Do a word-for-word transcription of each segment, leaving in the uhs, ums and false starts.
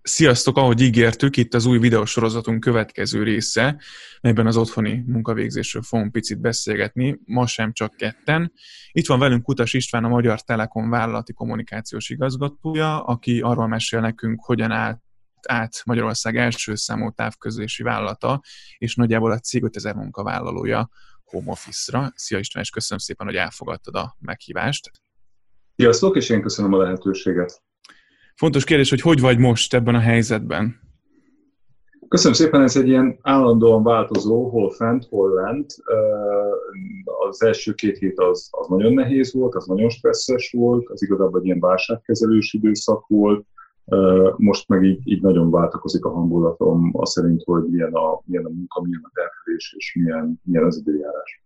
Sziasztok! Ahogy ígértük, itt az új videósorozatunk következő része, melyben az otthoni munkavégzésről fogunk picit beszélgetni, ma sem csak ketten. Itt van velünk Kutas István, a Magyar Telekom vállalati kommunikációs igazgatója, aki arról mesél nekünk, hogyan állt át Magyarország első számú távközlési vállalata, és nagyjából a cég ötezer munkavállalója home office-ra. Szia István, és köszönöm szépen, hogy elfogadtad a meghívást. Sziasztok, és én köszönöm a lehetőséget. Fontos kérdés, hogy hogy vagy most ebben a helyzetben? Köszönöm szépen, ez egy ilyen állandóan változó, hol fent, hol lent. Az első két hét az, az nagyon nehéz volt, az nagyon stresszes volt, az igazából egy ilyen válságkezelős időszak volt. Most meg így, így nagyon váltakozik a hangulatom, az szerint, hogy milyen a, milyen a munka, milyen a terhelés, és milyen, milyen az időjárás.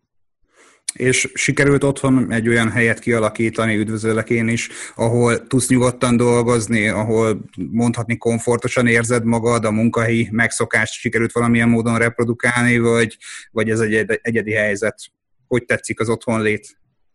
És sikerült otthon egy olyan helyet kialakítani, üdvözöllek én is, ahol tudsz nyugodtan dolgozni, ahol mondhatni komfortosan érzed magad, a munkahelyi megszokást sikerült valamilyen módon reprodukálni, vagy, vagy ez egy egyedi helyzet? Hogy tetszik az otthonlét?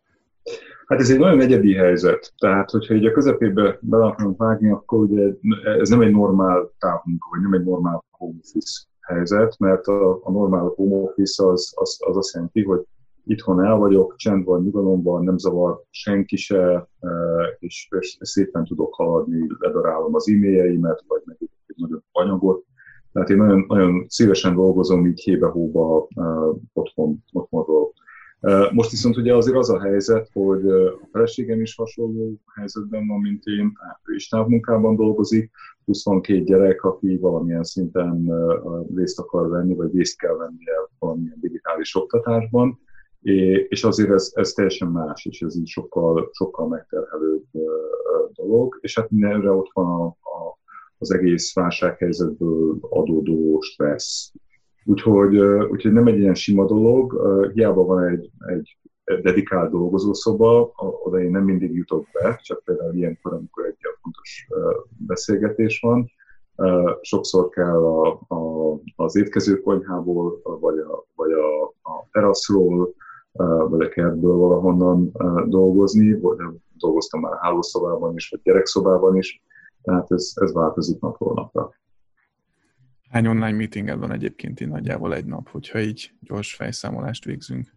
Hát ez egy nagyon egyedi helyzet. Tehát, hogyha így a közepébe bele akarunk vágni, akkor ugye ez nem egy normál távmunka, vagy nem egy normál home office helyzet, mert a, a normál home office az, az, az azt jelenti, hogy itthon el vagyok, csend van, nyugalom van, nem zavar senki se, és, és szépen tudok haladni, ledarálom az e-mailjeimet, vagy meg egy nagyobb anyagot. Tehát én nagyon, nagyon szívesen dolgozom így hébe-hóba otthon, otthonról. Most viszont ugye azért az a helyzet, hogy a feleségem is hasonló helyzetben van, mint én, tehát ő is távmunkában dolgozik, plusz van két gyerek, aki valamilyen szinten részt akar venni, vagy részt kell vennie valamilyen digitális oktatásban. És azért ez, ez teljesen más, és ez így sokkal, sokkal megterhelőbb dolog. És hát mindenre ott van a, a, az egész válsághelyzetből adódó stressz. Úgyhogy, úgyhogy nem egy ilyen sima dolog, hiába van egy, egy dedikált dolgozószoba, oda én nem mindig jutok be, csak például ilyenkor, amikor egy ilyen fontos beszélgetés van. Sokszor kell a, a, az étkezőkonyhából, vagy a, vagy a, a teraszról, vagy a kertből valahonnan dolgozni, vagy dolgoztam már hálószobában is, vagy gyerekszobában is, tehát ez, ez változik napról napra. Hány online meetinged van egyébként így nagyjából egy nap, hogyha így gyors fejszámolást végzünk?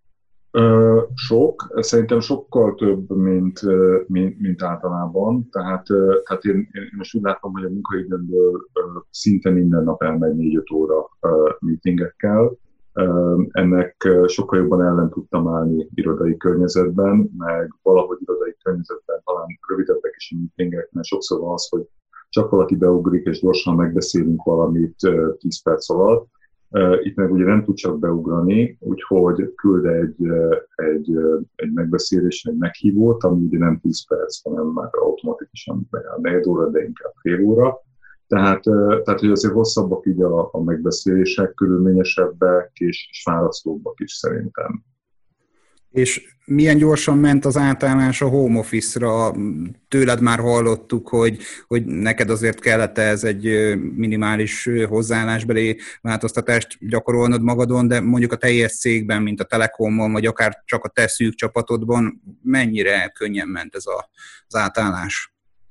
Sok, szerintem sokkal több, mint, mint, mint általában, tehát, tehát én, én most úgy látom, hogy a munkaidőmből szinte minden nap elmegy négy-öt óra meetingekkel. Ennek sokkal jobban ellen tudtam állni irodai környezetben, meg valahogy irodai környezetben talán rövidebbek is a meetingek, mert sokszor van az, hogy csak valaki beugrik, és gyorsan megbeszélünk valamit tíz perc alatt. Itt meg ugye nem tud csak beugrani, úgyhogy küld egy, egy, egy megbeszélés, egy meghívót, ami ugye nem tíz perc, hanem már automatikusan megáll negyed óra, de inkább fél óra. Tehát, tehát hogy azért hosszabbak így a, a megbeszélések, körülményesebbek és, és fárasztóbbak is szerintem. És milyen gyorsan ment az átállás a home office-ra? Tőled már hallottuk, hogy, hogy neked azért kellett ez egy minimális hozzáállásbeli változtatást gyakorolnod magadon, de mondjuk a teljes cégben, mint a Telekomon, vagy akár csak a te szűk csapatodban, mennyire könnyen ment ez a, az átállás?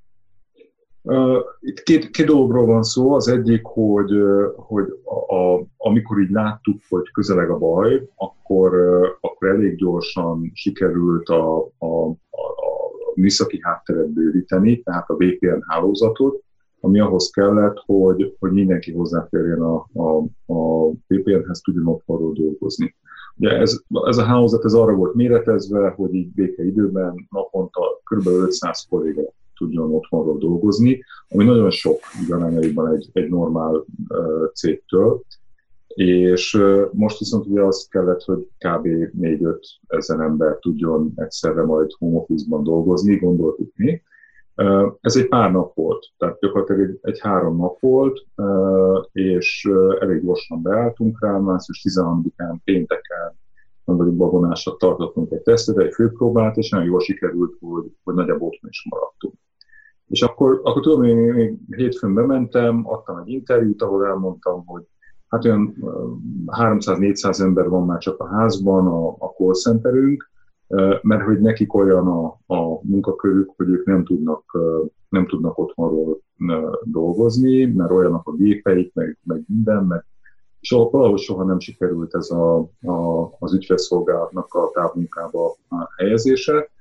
Itt két, két dologról van szó. Az egyik, hogy, hogy a, a, amikor így láttuk, hogy közeleg a baj, akkor, akkor elég gyorsan sikerült a, a, a, a műszaki hátteret bővíteni, tehát a vé pé en hálózatot, ami ahhoz kellett, hogy, hogy mindenki hozzáférjen a, a, a vé pé enhez, tudjon otthonról dolgozni. Ugye ez, ez a hálózat ez arra volt méretezve, hogy így békeidőben naponta kb. ötszáz kolléga tudjon otthonról dolgozni, ami nagyon sok arányaiban egy, egy normál uh, cégtől. És uh, most viszont ugye az kellett, hogy kb. négy-öt ezer ember tudjon egyszerre majd home office-ban dolgozni, gondoltuk mi. Uh, ez egy pár nap volt, tehát gyakorlatilag egy, egy három nap volt, uh, és uh, elég gyorsan beálltunk rá, március tizenharmadikán pénteken nagyobb babonásra tartottunk egy tesztet, egy főpróbát, és nagyon jól sikerült, hogy, hogy nagyobb otthon is maradtunk. És akkor, akkor tudom, én még hétfőn bementem, adtam egy interjút, ahol elmondtam, hogy hát olyan háromszáz-négyszáz ember van már csak a házban, a, a call centerünk, mert hogy nekik olyan a, a munkakörük, hogy ők nem tudnak, nem tudnak otthonról dolgozni, mert olyanok a gépeik, meg, meg minden, meg és valahogy soha nem sikerült ez a, a, az ügyfélszolgálatnak a távmunkába helyezése,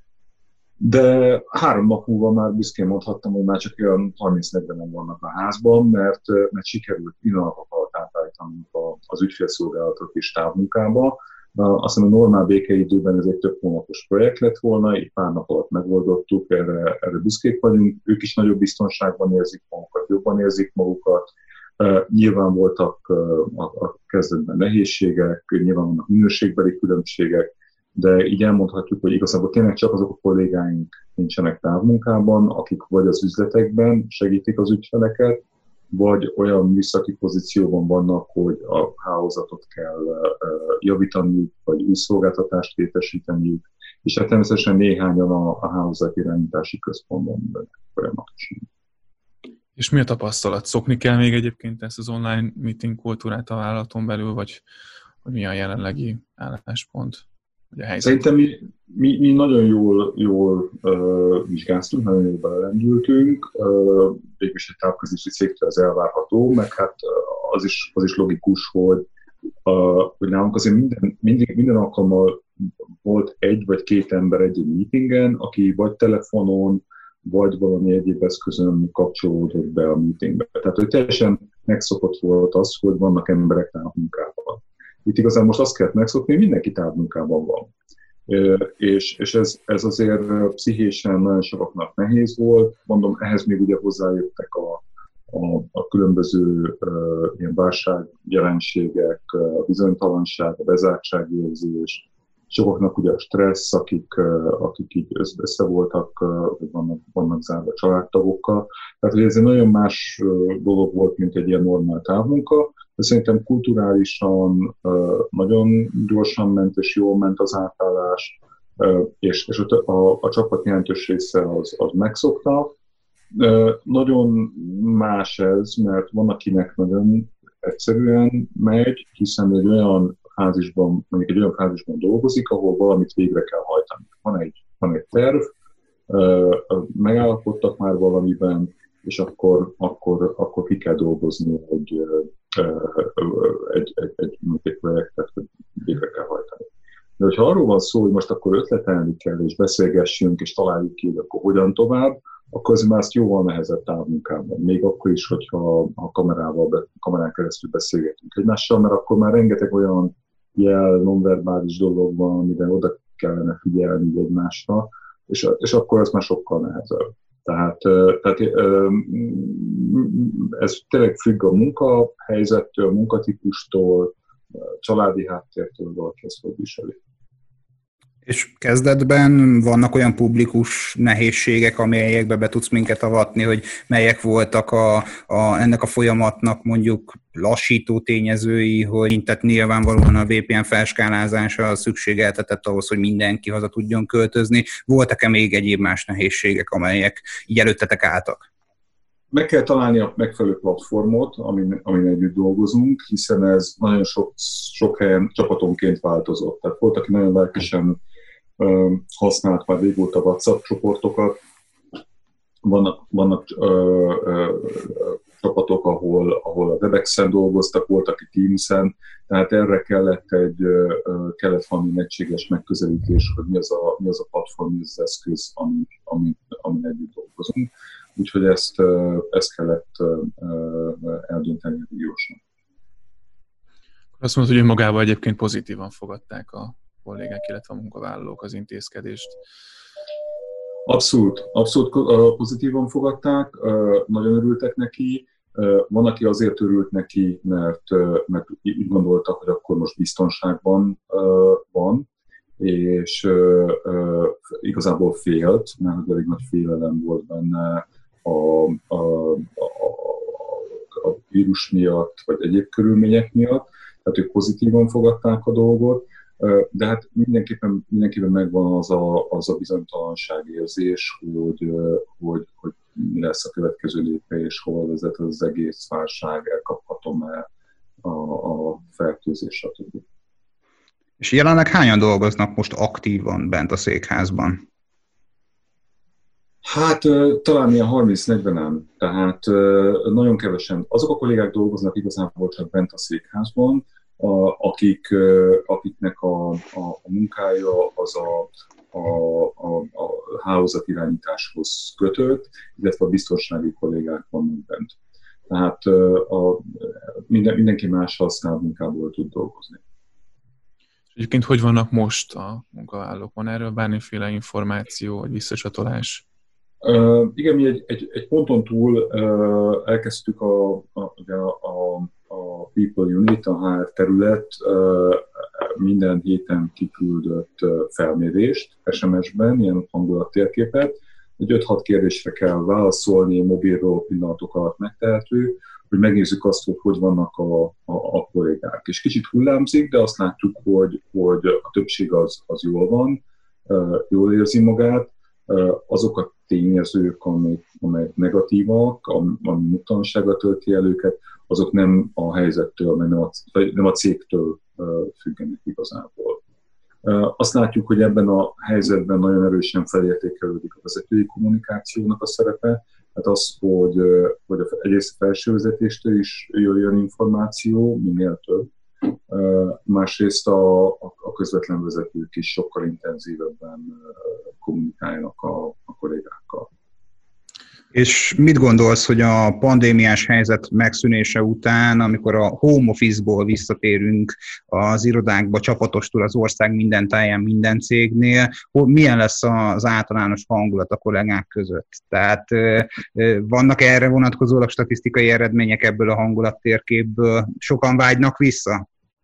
de három nap múlva már büszkén mondhattam, hogy már csak olyan harminc-negyvenen vannak a házban, mert, mert sikerült pillanatok alatt átállítanunk az ügyfélszolgálatot is távmunkába. Azt hiszem, a normál békeidőben ez egy több hónapos projekt lett volna, így pár nap alatt megoldottuk, erre, erre büszkék vagyunk, ők is nagyobb biztonságban érzik magukat, jobban érzik magukat. Uh, nyilván voltak uh, a, a kezdetben nehézségek, nyilván vannak minőségbeli különbségek, de így elmondhatjuk, hogy igazából tényleg csak azok a kollégáink nincsenek távmunkában, akik vagy az üzletekben segítik az ügyfeleket, vagy olyan műszaki pozícióban vannak, hogy a hálózatot kell uh, javítaniuk, vagy új szolgáltatást létesíteniük, és hát természetesen néhányan a, a hálózatirányítási központban folyamatosan. És mi a tapasztalat? Szokni kell még egyébként ezt az online meeting kultúrát a vállalaton belül, vagy hogy mi a jelenlegi álláspont, vagy a helyzet? Szerintem mi, mi, mi nagyon jól, jól uh, vizsgáztunk, nagyon jól belelendültünk, uh, végülis egy távközlési cégtől ez elvárható, meg hát uh, az, is, az is logikus, hogy, uh, hogy nálunk azért minden, mindig, minden alkalommal volt egy vagy két ember egy meetingen, aki vagy telefonon, vagy valami egyéb eszközön kapcsolódott be a meetingbe. Tehát, hogy teljesen megszokott volt az, hogy vannak emberek távmunkában. Itt igazán most azt kellett megszokni, hogy mindenki távmunkában van. És, és ez, ez azért pszichésen nagyon sokaknak nehéz volt. Mondom, ehhez még ugye hozzájöttek a, a, a különböző uh, ilyen válságjelenségek, a bizonytalanság, a bezártságérzés, sokaknak ugye a stressz, akik, akik így össze voltak, vagy vannak, vannak zárva családtagokkal. Tehát ez egy nagyon más dolog volt, mint egy ilyen normál távmunka, de szerintem kulturálisan nagyon gyorsan ment és jól ment az átállás, és, és a, a, a csapat jelentős része az, az megszokta. Nagyon más ez, mert van, akinek nagyon egyszerűen megy, hiszen egy olyan fázisban, mondjuk egy olyan fázisban dolgozik, ahol valamit végre kell hajtani. Van egy, van egy terv, megállapodtak már valamiben, és akkor, akkor, akkor ki kell dolgozni egy, egy, egy, egy, egy projektet, hogy végre kell hajtani. De hogyha arról van szó, hogy most akkor ötletelni kell, és beszélgessünk, és találjuk ki, hogy akkor hogyan tovább, akkor az már ezt jóval nehezebb távmunkában. Még akkor is, hogyha a kamerával, kamerán keresztül beszélgetünk egymással, mert akkor már rengeteg olyan jel, nonverbális dolog van, amiben oda kellene figyelni egymásra, és, és akkor az már sokkal nehezebb. Tehát, tehát ez tényleg függ a munkahelyzettől, a munkatípustól, családi háttértől, valaki ezt hogy viseli. És kezdetben vannak olyan publikus nehézségek, amelyekbe be tudsz minket avatni, hogy melyek voltak a, a, ennek a folyamatnak mondjuk lassító tényezői, hogy tehát nyilvánvalóan a vé pé en felskálázása szükségeltetett ahhoz, hogy mindenki haza tudjon költözni. Voltak-e még egyéb más nehézségek, amelyek így előttetek álltak? Meg kell találni a megfelelő platformot, amin, amin együtt dolgozunk, hiszen ez nagyon sok, sok helyen csapatonként változott. Tehát volt, aki nagyon lelkesen ö, használt már régóta WhatsApp csoportokat, vannak, vannak ö, ö, csapatok, ahol, ahol a Webexen dolgoztak, volt, aki Teamsen, tehát erre kellett egy ö, kellett valami egységes megközelítés, hogy mi az a, mi az a platform, mi az, az eszköz, amin, amin, amin együtt dolgozunk. Úgyhogy ezt, ezt kellett eldönteni gyorsan. Azt mondod, hogy önmagában egyébként pozitívan fogadták a kollégák, illetve a munkavállalók az intézkedést. Abszolút, abszolút pozitívan fogadták, nagyon örültek neki. Van, aki azért örült neki, mert, mert úgy gondolta, hogy akkor most biztonságban van, és igazából félt, mert elég nagy félelem volt benne, A, a, a, a vírus miatt, vagy egyéb körülmények miatt, tehát ők pozitívan fogadták a dolgot, de hát mindenképpen, mindenképpen megvan az a, az a bizonytalanságérzés, hogy, hogy, hogy mi lesz a következő lépés, hol vezet az egész válság, elkaphatom-e a, a fertőzés, stb. És jelenleg hányan dolgoznak most aktívan bent a székházban? Hát talán ilyen harminc-negyvenen, tehát nagyon kevesen. Azok a kollégák dolgoznak igazából csak bent a székházban, a, akik, akiknek a, a, a munkája az a, a, a, a hálózatirányításhoz kötött, illetve a biztonsági kollégák vannak bent. Tehát a, minden, mindenki más használ munkából tud dolgozni. Egyébként hogy vannak most a munkavállalók? Van erről bármiféle információ, vagy visszacsatolás? Uh, igen, mi egy, egy, egy ponton túl uh, elkezdtük a, a, a, a People Unit, a há er terület uh, minden héten kiküldött uh, felmérést es em es-ben, ilyen hangulattérképet. Egy öt-hat kérdésre kell válaszolni, mobilról pillanatok alatt megtehető, hogy megnézzük azt, hogy hogy vannak a, a, a kollégák. És kicsit hullámzik, de azt látjuk, hogy, hogy a többség az, az jól van, uh, jól érzi magát. Uh, azok a tényezők, amik, amelyek negatívak, ami nyugtalansággal tölti el őket, azok nem a helyzettől, meg nem a, nem a cégtől uh, függenek igazából. Uh, azt látjuk, hogy ebben a helyzetben nagyon erősen felértékelődik a vezetői kommunikációnak a szerepe, hát az, hogy, uh, hogy egyrészt a felső vezetéstől is jöjjön információ, minél több, uh, másrészt a, a, a közvetlen vezetők is sokkal intenzívebben uh, kommunikáljanak a, a kollégákkal. És mit gondolsz, hogy a pandémiás helyzet megszűnése után, amikor a home office-ból visszatérünk az irodákba, csapatostul az ország minden táján, minden cégnél, milyen lesz az általános hangulat a kollégák között? Tehát vannak erre vonatkozólag statisztikai eredmények ebből a hangulattérképből? Sokan vágynak vissza?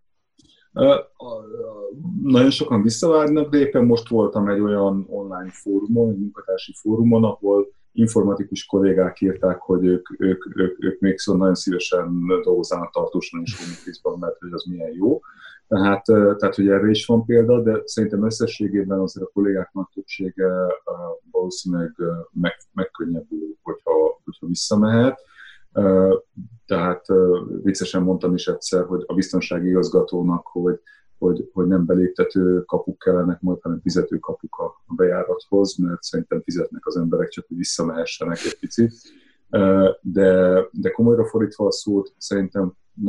Nagyon sokan visszavárnak, de éppen most voltam egy olyan online fórumon, egy munkatársi fórumon, ahol informatikus kollégák írták, hogy ők, ők, ők, ők még szóval nagyon szívesen dolgoznának tartósan is home office-ban, mert hogy az milyen jó. Tehát, tehát, hogy erre is van példa, de szerintem összességében azért a kollégák nagy többsége valószínűleg meg, megkönnyebbül, hogyha, hogyha visszamehet. Tehát viccesen mondtam is egyszer, hogy a biztonsági igazgatónak, hogy Hogy, hogy nem beléptető kapuk kellenek majd, hanem fizető kapuk a bejárathoz, mert szerintem fizetnek az emberek, csak hogy visszamehessenek egy picit. De, de komolyra fordítva a szót, szerintem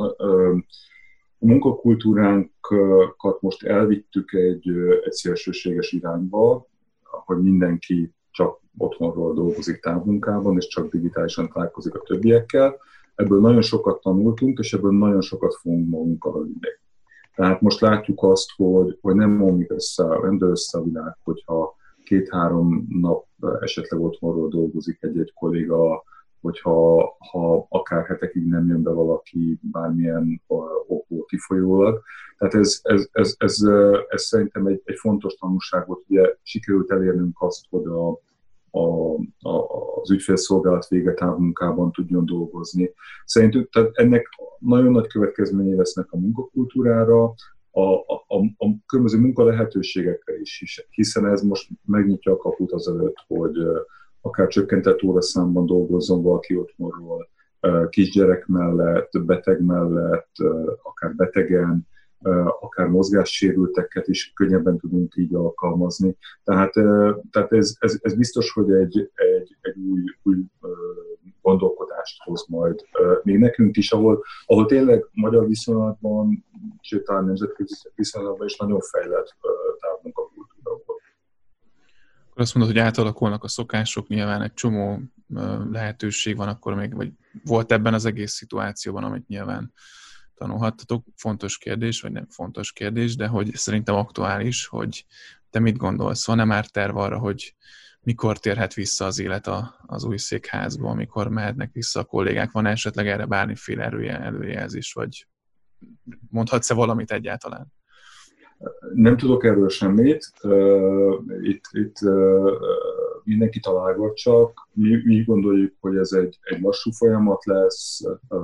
a munkakultúránkat most elvittük egy, egy szélsőséges irányba, hogy mindenki csak otthonról dolgozik távmunkában, és csak digitálisan találkozik a többiekkel. Ebből nagyon sokat tanultunk, és ebből nagyon sokat fogunk magunkkal vinni. Tehát most látjuk azt, hogy, hogy nem omlik össze, nem dől össze a világ, hogyha két-három nap esetleg otthonról dolgozik egy-egy kolléga, hogyha ha akár hetekig nem jön be valaki bármilyen okból kifolyólag. Tehát ez, ez, ez, ez, ez szerintem egy, egy fontos tanulságot, ugye sikerült elérnünk azt, hogy a, a, a, az ügyfélszolgálat vége távmunkában tudjon dolgozni. Szerintük tehát ennek nagyon nagy következményei lesznek a munkakultúrára, a, a, a, a különböző munkalehetőségekre is, hiszen ez most megnyitja a kaput azelőtt, hogy akár csökkentett óraszámban dolgozzon valaki otthonról, kisgyerek mellett, beteg mellett, akár betegen, akár mozgássérülteket is könnyebben tudunk így alkalmazni. Tehát, tehát ez, ez, ez biztos, hogy egy, egy, egy új, új gondolkodást hoz majd még nekünk is, ahol, ahol tényleg magyar viszonylatban, sőt talán nemzetközi viszonylatban is nagyon fejlett távmunkakultúra volt. Akkor azt mondod, hogy átalakulnak a szokások, nyilván egy csomó lehetőség van akkor még, vagy volt ebben az egész szituációban, amit nyilván tanulhattatok. Fontos kérdés, vagy nem fontos kérdés, de hogy szerintem aktuális, hogy te mit gondolsz? Van-e már terv arra, hogy mikor térhet vissza az élet a, az új székházba, mikor mehetnek vissza a kollégák? Van esetleg erre bármiféle előjelzés, vagy mondhatsz-e valamit egyáltalán? Nem tudok erről semmit. Itt, itt mindenki találgat csak. Mi, mi gondoljuk, hogy ez egy, egy lassú folyamat lesz,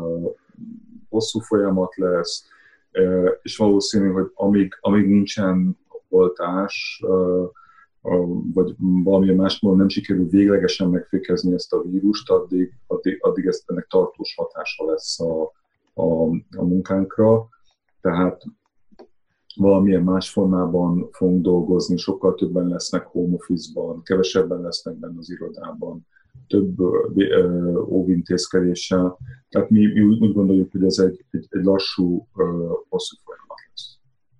hosszú folyamat lesz, és valószínű, hogy amíg, amíg nincsen oltás, vagy valamilyen más módon nem sikerül véglegesen megfékezni ezt a vírust, addig, addig, addig ezt ennek tartós hatása lesz a, a, a munkánkra. Tehát valamilyen más formában fogunk dolgozni, sokkal többen lesznek home office-ban, kevesebben lesznek benne az irodában, több óvintézkedéssel. Tehát mi, mi úgy gondoljuk, hogy ez egy, egy, egy lassú, hosszú folyamat lesz.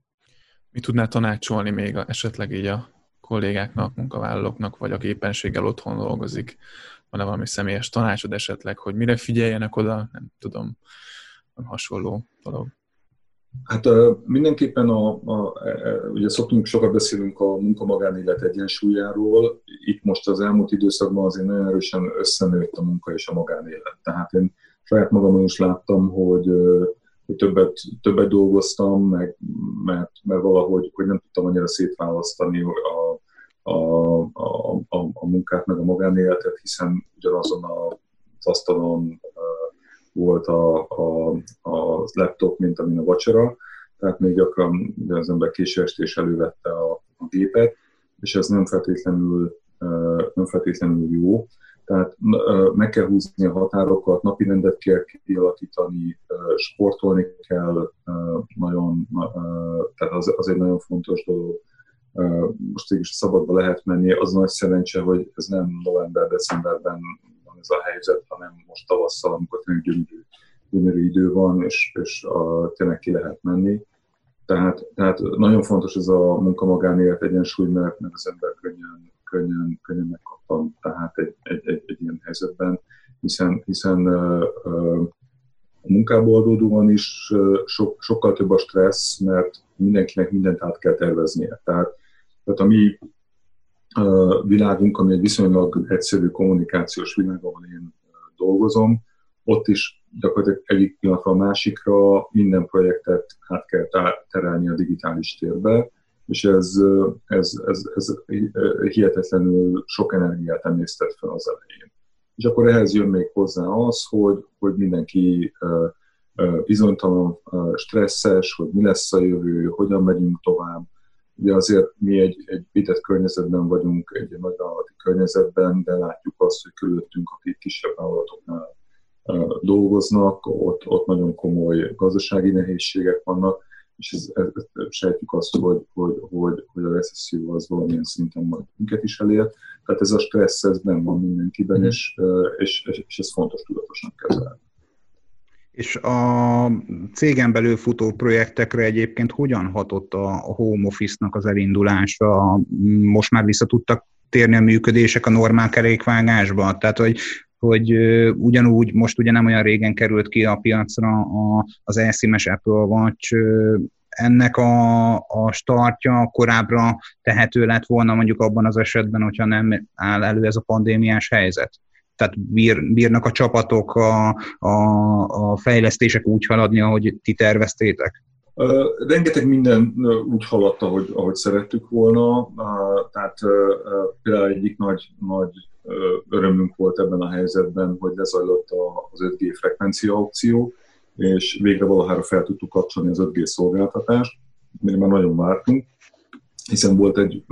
Mi tudná tanácsolni még a, esetleg így a kollégáknak, munkavállalóknak, vagy aki éppenséggel otthon dolgozik? Van-e valami személyes tanácsod esetleg, hogy mire figyeljenek oda? Nem tudom, hasonló dolog. Hát mindenképpen, a, a, ugye szoktunk, sokat beszélünk a munka-magánélet egyensúlyáról. Itt most az elmúlt időszakban azért nagyon erősen összenőtt a munka és a magánélet. Tehát én saját magamon is láttam, hogy, hogy többet, többet dolgoztam, meg, mert, mert valahogy hogy nem tudtam annyira szétválasztani a, a, a, a, a munkát, meg a magánéletet, hiszen ugyanazon az asztalon volt a, a, a laptop, mint amin a vacsora, tehát még gyakran az ember késő estés elővette a, a gépet, és ez nem feltétlenül, nem feltétlenül jó. Tehát meg kell húzni a határokat, napirendet kell kialakítani, sportolni kell, nagyon, tehát az, az egy nagyon fontos dolog. Most végül is szabadba lehet menni, az nagy szerencse, hogy ez nem november-decemberben ez a helyzet, hanem most tavasszal, amikor tényleg gyönyörű, gyönyörű idő van, és, és a, tényleg ki lehet menni. Tehát, tehát nagyon fontos ez a munka-magánélet egyensúly, mert, mert az ember könnyen, könnyen, könnyen megkaptan, tehát egy, egy, egy, egy ilyen helyzetben, hiszen, hiszen uh, uh, a munkából adódóan is uh, so, sokkal több a stressz, mert mindenkinek mindent át kell terveznie. Tehát, tehát a mi uh, világunk, ami egy viszonylag egyszerű kommunikációs világ, ahol én uh, dolgozom, ott is gyakorlatilag egyik pillanatra a másikra minden projektet át kell terelni a digitális térbe, és ez, ez, ez, ez hihetetlenül sok energiát emésztett fel az elején. És akkor ehhez jön még hozzá az, hogy, hogy mindenki bizonytalan, stresszes, hogy mi lesz a jövő, hogyan megyünk tovább. Ugye azért mi egy, egy vitett környezetben vagyunk, egy nagyvállalati környezetben, de látjuk azt, hogy körülöttünk, akik kisebb vállalatoknál dolgoznak, ott, ott nagyon komoly gazdasági nehézségek vannak, és ez, ez, ez, sejtjük azt, hogy, hogy, hogy, hogy a recesszió az valamilyen szinten majd minket is elér. Tehát ez a stressz, ez nem van mindenkiben, mm. és, és, és ez fontos tudatosan kezelni. És a cégen belül futó projektekre egyébként hogyan hatott a home office-nak az elindulása? Most már vissza tudtak térni a működések a normál kerékvágásba? Tehát, hogy hogy ugyanúgy, most ugye nem olyan régen került ki a piacra az e-SIM-es Apple Watch, ennek a, a startja korábbra tehető lett volna mondjuk abban az esetben, hogyha nem áll elő ez a pandémiás helyzet. Tehát bír, bírnak a csapatok, a, a, a fejlesztések úgy haladni, ahogy ti terveztétek? Uh, rengeteg minden úgy haladt, ahogy, ahogy szerettük volna. Uh, tehát uh, például egyik nagy, nagy uh, örömünk volt ebben a helyzetben, hogy lezajlott a, az öt G frekvencia opció, és végre valahára fel tudtuk kapcsolni az öt G szolgáltatást, mire már nagyon vártunk, hiszen volt egy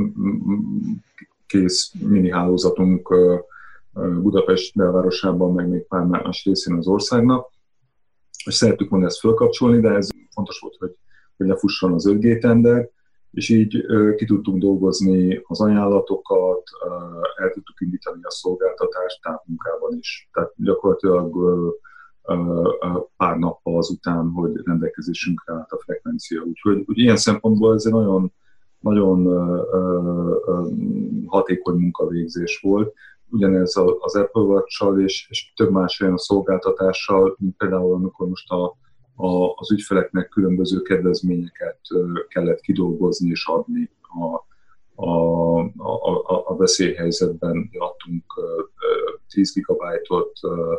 kész mini hálózatunk uh, Budapest belvárosában, meg még pár más részén az országnak, és szerettük volna ezt felkapcsolni, de ez fontos volt, hogy, hogy lefusson az öt G tender, és így uh, ki tudtunk dolgozni az ajánlatokat, uh, el tudtuk indítani a szolgáltatást távmunkában is. Tehát gyakorlatilag uh, uh, pár nappal azután, hogy rendelkezésünkre állt a frekvencia. Úgyhogy úgy ilyen szempontból ez egy nagyon, nagyon uh, uh, hatékony munkavégzés volt. Ugyanez az Apple Watch-sal és, és több más olyan szolgáltatással, mint például amikor most a, a, az ügyfeleknek különböző kedvezményeket kellett kidolgozni és adni. A, a, a, a veszélyhelyzetben adtunk tíz gigabájtot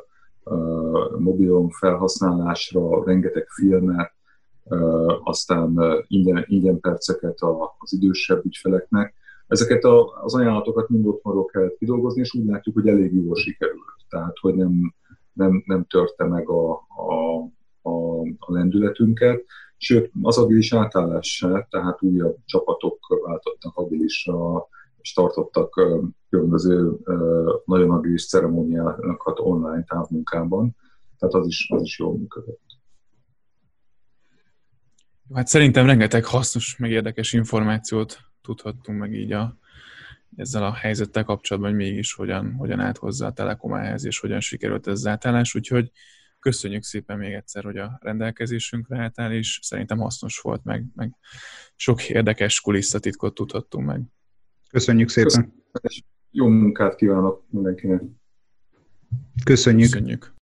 mobilon felhasználásra, rengeteg filmet, aztán ingyen, ingyen perceket az idősebb ügyfeleknek. Ezeket az ajánlatokat mind otthonról kellett kidolgozni, és úgy látjuk, hogy elég jól sikerült. Tehát, hogy nem, nem, nem törte meg a, a, a, a lendületünket. Sőt, az agilis átállás se, tehát újabb csapatok váltottak agilisra, és tartottak különböző nagyon agilis ceremóniákat online távmunkában. Tehát az is, az is jól működött. Hát szerintem rengeteg hasznos, meg érdekes információt tudhattunk meg így a, ezzel a helyzettel kapcsolatban, hogy mégis hogyan, hogyan állt hozzá a Telekom ehhez, és hogyan sikerült ez az átállás. Úgyhogy köszönjük szépen még egyszer, hogy a rendelkezésünkre álltál, és szerintem hasznos volt, meg, meg sok érdekes kulisszatitkot tudhattunk meg. Köszönjük szépen. Köszönjük. Jó munkát kívánok mindenkinek. Köszönjük. Köszönjük.